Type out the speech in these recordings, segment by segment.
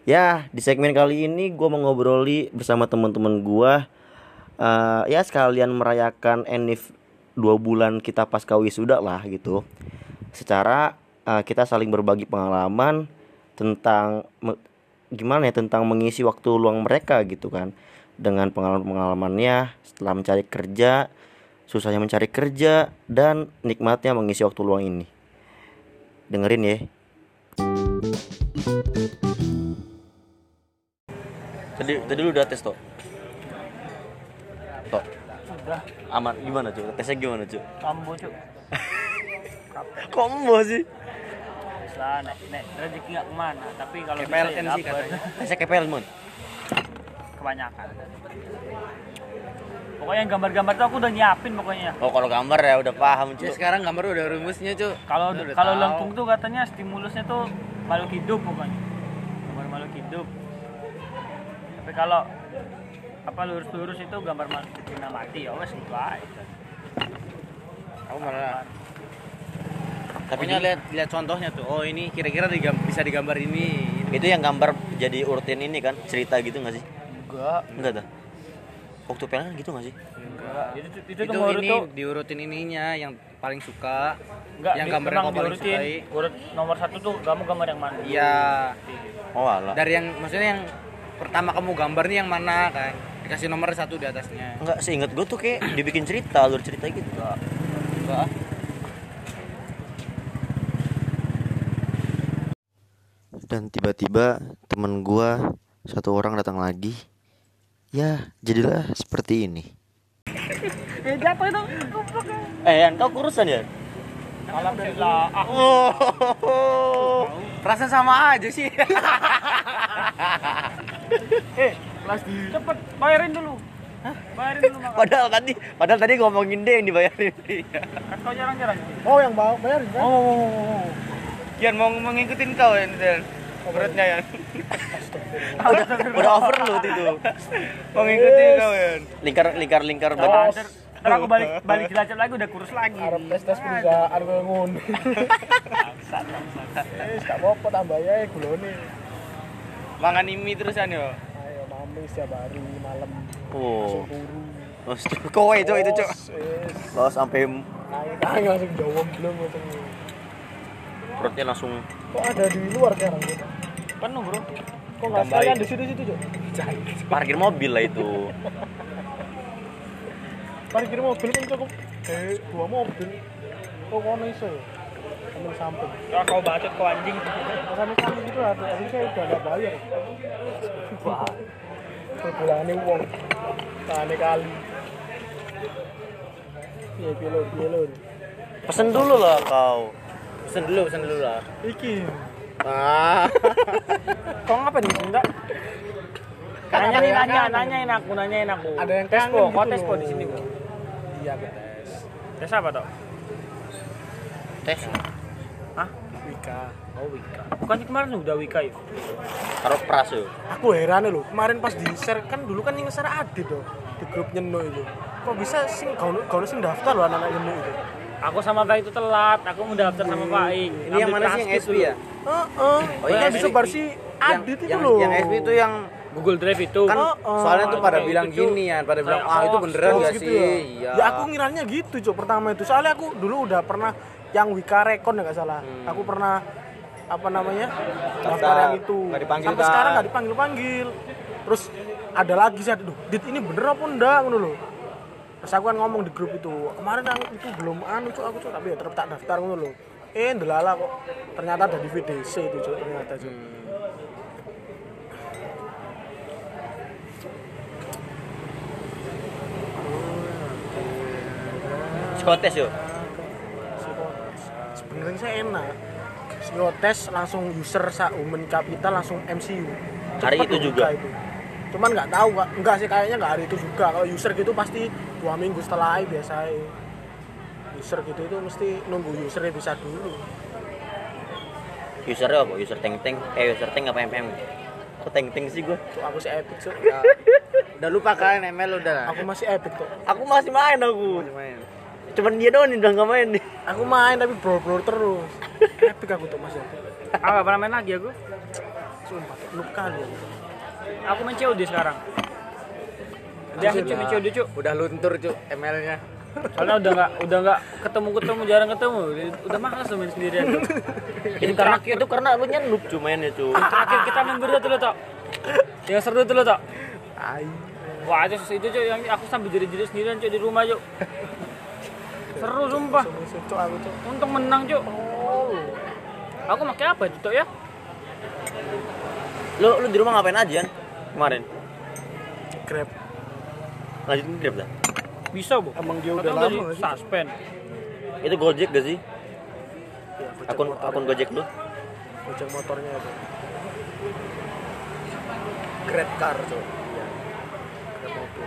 Ya, di segmen kali ini gue mau ngobroli bersama teman-teman gue. Ya sekalian merayakan Enif 2 bulan kita pasca wisuda lah gitu. Secara kita saling berbagi pengalaman tentang gimana ya, tentang mengisi waktu luang mereka gitu kan. Dengan pengalaman-pengalamannya setelah mencari kerja, susahnya mencari kerja, dan nikmatnya mengisi waktu luang ini. Dengerin ya. Tadi lu udah tes toh? Toh. Sudah. Aman gimana cuy? Tesnya gimana cuy? Kambo cuk. Kombo sih. Lah nek rezeki enggak kemana, tapi kalau KPLN bisa sih katanya. Tesnya KPL mon. kebanyakan. Pokoknya yang gambar-gambar tuh aku udah nyiapin pokoknya. Oh kalau gambar ya udah paham cuy. Ya sekarang gambar udah rumusnya, Cuk. Kalau Udah kalau tahu. lengkung tuh katanya stimulusnya tuh makhluk hidup pokoknya. Gambar makhluk hidup. Tapi kalau apa lurus-lurus itu gambar makhluk hidup mati ya wes gitu aja. Aku malah Tapi pokoknya lihat contohnya tuh. Oh, ini kira-kira bisa digambar ini. itu yang gambar jadi urutin ini kan cerita gitu nggak sih? Enggak dah. Waktu PLN kan gitu nggak sih? Enggak. Itu Itu menurut ini tuh diurutin ininya yang paling suka. enggak yang di- gambarnya memang kau paling diurutin. sukai. Urut nomor 1 tuh kamu gambar yang mana? Iya. Oh alah. Dari yang maksudnya yang pertama kamu gambar nih yang mana kan? Dikasih nomor 1 di atasnya. Enggak, seingat gue tuh kayak dibikin cerita, alur cerita gitu. Enggak. Dan tiba-tiba temen gua satu orang datang lagi. Ya, jadilah seperti ini. Jatuh itu. Yan, kau kurusan ya? Alhamdulillah. Oh. Perasaan sama aja sih. Kelas di cepet bayarin dulu. Bayarin dulu makan. Padahal tadi ngomongin deh yang dibayarin. Kan kau jarang-jarang. Oh yang bayarin kan? Oh. Kian mau ngikutin kau ya, Dan. Beratnya ya. Udah overload itu. Mau ngikutin kau ya. Lingkar Oh, badan. ntar aku balik Cilacap lagi udah kurus lagi. Arep tes perusahaan gue ngono. Gak apa-apa tambah ya gulone. Mangan mie terusan yo. Ayo mami setiap hari malam Oh. buru. Kowe itu cok. Yes. Lo sampai Nangis langsung jawab belum langsung. perutnya langsung. Kok ada di luar sekarang gitu? Penuh, Bro. Kok nggak sekalian di situ Cok? Parkir mobil lah itu. Parkir mobil kan cukup 2 mobil. Kok kono iso ya? Ambil samping. Kalau kau bacot kau anjing. Sampai samping itu harusnya saya udah nggak bayar. Wah. Perbulannya uang. Tane kali. Piye lo. Pesen dulu lah kau. Pesen dulu lah. Iki. Ah. Kau ngapain di sini, Dak? Kan ada yang kangen. Nanyain aku. Ada yang tes kangen po, gitu kau tes po loh. di sini, Bro. Iya betes. Tes apa, Tok? Tes. Hah? Wika. Oh, Wika. Bukannya kemarin udah Wika ya? Taruh pras yo. Aku heran loh, kemarin pas di share kan dulu kan yang share Adit tuh di grup Nyeno itu. Kok bisa sing kau sing daftar loh anak-anak Nyeno itu. Aku sama Pak itu telat, aku mau daftar sama Pak Ik. Ini yang mana sih yang SB ya? Oh iya, yang disebar si Adit itu yang, loh. Yang SB itu yang Google Drive itu. kan soalnya tuh pada kayak bilang gitu, gini ya, pada bilang Kayak itu beneran Oh, gak gitu sih? ya? Iya. Ya aku ngiranya gitu Cok pertama itu. Soalnya aku dulu udah pernah yang Wika Rekon ya gak salah. Aku pernah apa namanya? Daftar yang itu. Nggak dipanggil, Sampai kan? sekarang nggak dipanggil. Terus ada lagi sih, aduh, Dit ini bener apa enggak ngono loh. Terus aku kan ngomong di grup itu, kemarin aku itu belum Cok, aku Cok, tapi ya tetap tak daftar ngono loh. Ndelala kok. Ternyata ada di VDC itu Cok, ternyata Cok. Psikotes yo. Sebenarnya saya enak. Psikotes langsung user Human Capital langsung MCU. Hari Cepet itu loh juga? buka itu. Cuman nggak tahu Kak. Enggak sih kayaknya nggak hari itu juga. Kalau user gitu pasti 2 minggu setelah biasa. User gitu itu mesti nunggu usernya bisa dulu. Usernya apa? User tank. User tank apa MM? Kok tank sih gue? Tuh aku sih epic Cok. Udah lupa kan ML udah. Aku masih epic tuh. Aku masih main aku. Main. Cuman dia doang nih udah nggak main nih. Aku main tapi brawl terus. Epic aku tuh masih. Apa pernah main lagi aku? Sumpah, noob kali ya. Aku main COD sekarang. Dia cuy main COD cuy. Udah luntur cuk ML-nya. Soalnya udah nggak ketemu jarang ketemu. Udah malas tuh main sendirian tuh. Itu karena lu nya noob cu mainnya cu. Terakhir kita main berdua tuh lo tok. Yang seru tuh lo tok. Tai. Wah itu cuy yang aku sambil jadi sendirian cuy di rumah cuy. Seru sumpah. Cuk aku cuk. Untung menang cuy. Oh. Aku pakai apa tuh ya? Lu di rumah ngapain aja kemarin? Grab. Lanjutin Grab dah. Bisa bu. Emang dia udah Padahal lama nggak sih? suspend. Itu Gojek gak sih? Ya, Akun Gojek lu? Gojek motornya itu. Grab car cuk. Iya. Grab mobil.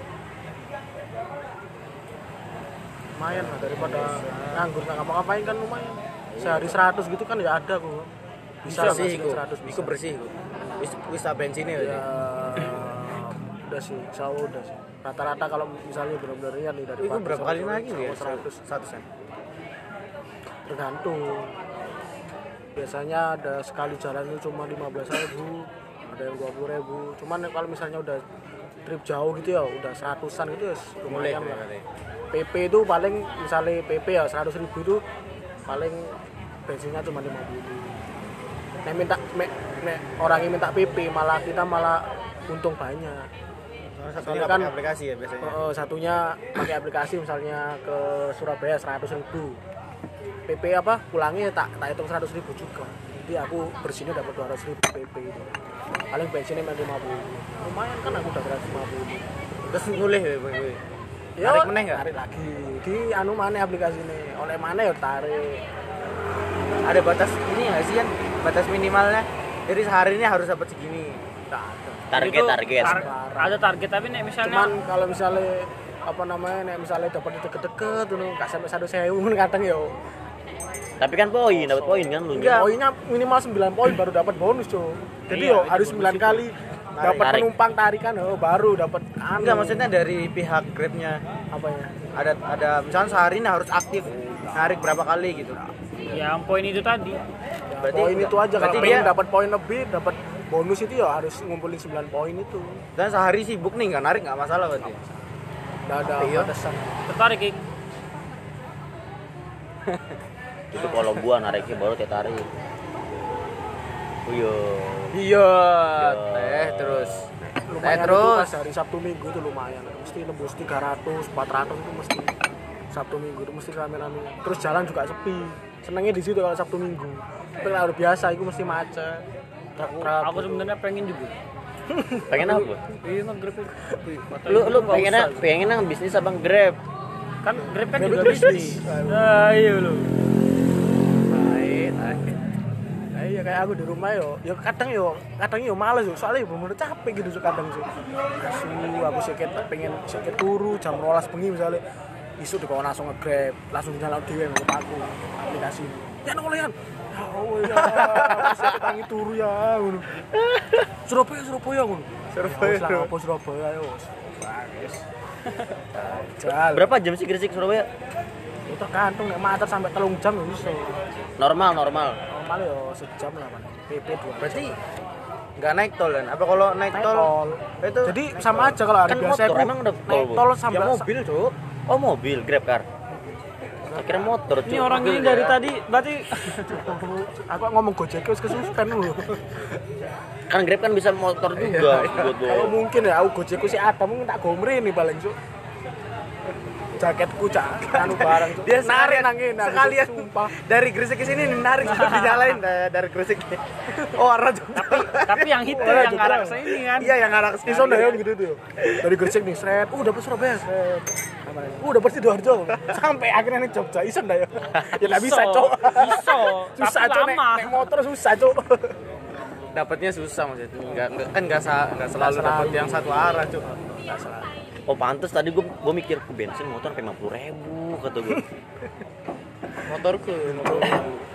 Lumayan lah daripada nganggur nggak ngapa-ngapain kan lumayan. Sehari 100 gitu kan ya ada kok. Bisa Bersih masukin iku. 100 bisa. Iku bersih iku. Wis tak bensinnya Ya, ya. udah sih, sawo udah sih. Rata-rata kalau misalnya benar-benar ya nih dari Iku berapa kali lagi ya? 100 100 sen. tergantung. Biasanya ada sekali jalan itu cuma 15.000, ada yang 20.000. Cuman kalau misalnya udah trip jauh gitu ya, udah 100-an gitu ya lumayan lah. PP itu paling misalnya PP ya 100.000 itu paling bensinnya cuma 50. Nek minta nek orang yang minta PP malah kita malah untung banyak. Satunya kan aplikasi ya biasanya. Satunya pakai aplikasi misalnya ke Surabaya 100.000. PP apa pulangnya tak hitung 100.000 juga. Jadi aku bersihnya dapat 200.000 PP itu. Paling bensinnya 50. Lumayan kan aku udah 150. Terus ngulih ya kowe. Ya, Tarik meneh enggak? tarik lagi. Di anu mana aplikasi ini? Oleh mana ya tarik. Ada batas ini enggak sih kan? Batas minimalnya. Jadi sehari ini harus dapat segini. Tak ada. Target. Ada target tapi nih misalnya Cuman kalau misalnya apa namanya nek misalnya dapat deket-deket tuh enggak sampai 100.000 kadang ya. Tapi kan dapat poin kan lu. Enggak, poinnya minimal 9 poin baru dapat bonus, Cuk. Jadi Iya, yo itu harus bonus 9 kali dapat Tarik. penumpang tarikan baru dapat anu. Enggak, maksudnya dari pihak Grabnya apa ya? ada misalnya sehari ini harus aktif narik berapa kali gitu. yang poin itu tadi. Ya, Berarti poin itu aja kalau berarti pengen dia- dapat poin lebih, dapat bonus itu ya harus ngumpulin 9 poin itu. Dan sehari sibuk nih nggak narik nggak masalah berarti. Enggak ada Iya. batasan. Tertarik Ik? Itu kalau gua nariknya baru teh tarik. Iya. Iya, terus. Lumayan itu terus. pas hari Sabtu Minggu itu lumayan. Mesti nembus 300, 400 itu mesti Sabtu Minggu itu mesti rame-rame. Terus jalan juga sepi. Senengnya di situ kalau Sabtu Minggu. Tapi kalau biasa itu mesti macet. Truk-truk Aku gitu. sebenarnya pengen juga. Pengen apa? Iya nge-grab. Lu pengen nang bisnis abang Grab. Kan Grab kan Grab juga itu bisnis. Nah, iya lo. Baik. Nah, iya kayak aku di rumah kadang males yo soalnya bener-bener capek gitu kadang sih. Asu aku pengen turu jam 12 bengi misalnya isu dibawa langsung nge-grab, langsung jalan dhewe nang aku aplikasi. Ya nolean. Ya Allah ya, masih tangi turu ya ngono. Surabaya ngono. Surabaya yo. Bagus. Jal. Berapa jam sih Gresik Surabaya? Itu tergantung nek macet sampai 3 jam ya iso. Normal. Normal yo sejam lah Pak. PP 2. Berarti nggak naik tol kan? Apa kalau naik tol? Itu Jadi sama aja kalau hari Kan biasa motor, aku emang udah tol, naik Bu? tol ya sampai mobil, Cuk. Oh mobil Grab car. Akhirnya motor Ini cuy. orang ini dari tadi berarti aku ngomong Gojek wis kesuspend lho. Kan Grab kan bisa motor juga buat Kalau lo. mungkin ya aku Gojekku sih ada mungkin tak gomre nih paling Cuk. Jaketku anu barang Cuk. Dia narik sekalian nang ngene aku, sekalian sumpah. dari Gresik ke sini narik dinyalain dari Gresik. Oh, arah tapi yang itu Wah, yang juga. ngarah ke sini kan. Iya, yang arah ke sini. Iso ndak ya gitu tuh. Dari Gresik nih seret. Dapat Surabaya seret. Dapat Sidoarjo. Sampai akhirnya nih Jogja. Iso ndak ya? Ya enggak bisa, Cuk. Bisa. Susah, Tapi Cuk. lama. Naik motor susah, Cuk. Dapatnya susah maksudnya. Enggak selalu dapat yang satu arah, Cuk. Enggak salah. Oh pantes tadi gua mikir ke bensin motor 50.000 kata gua. Motorku.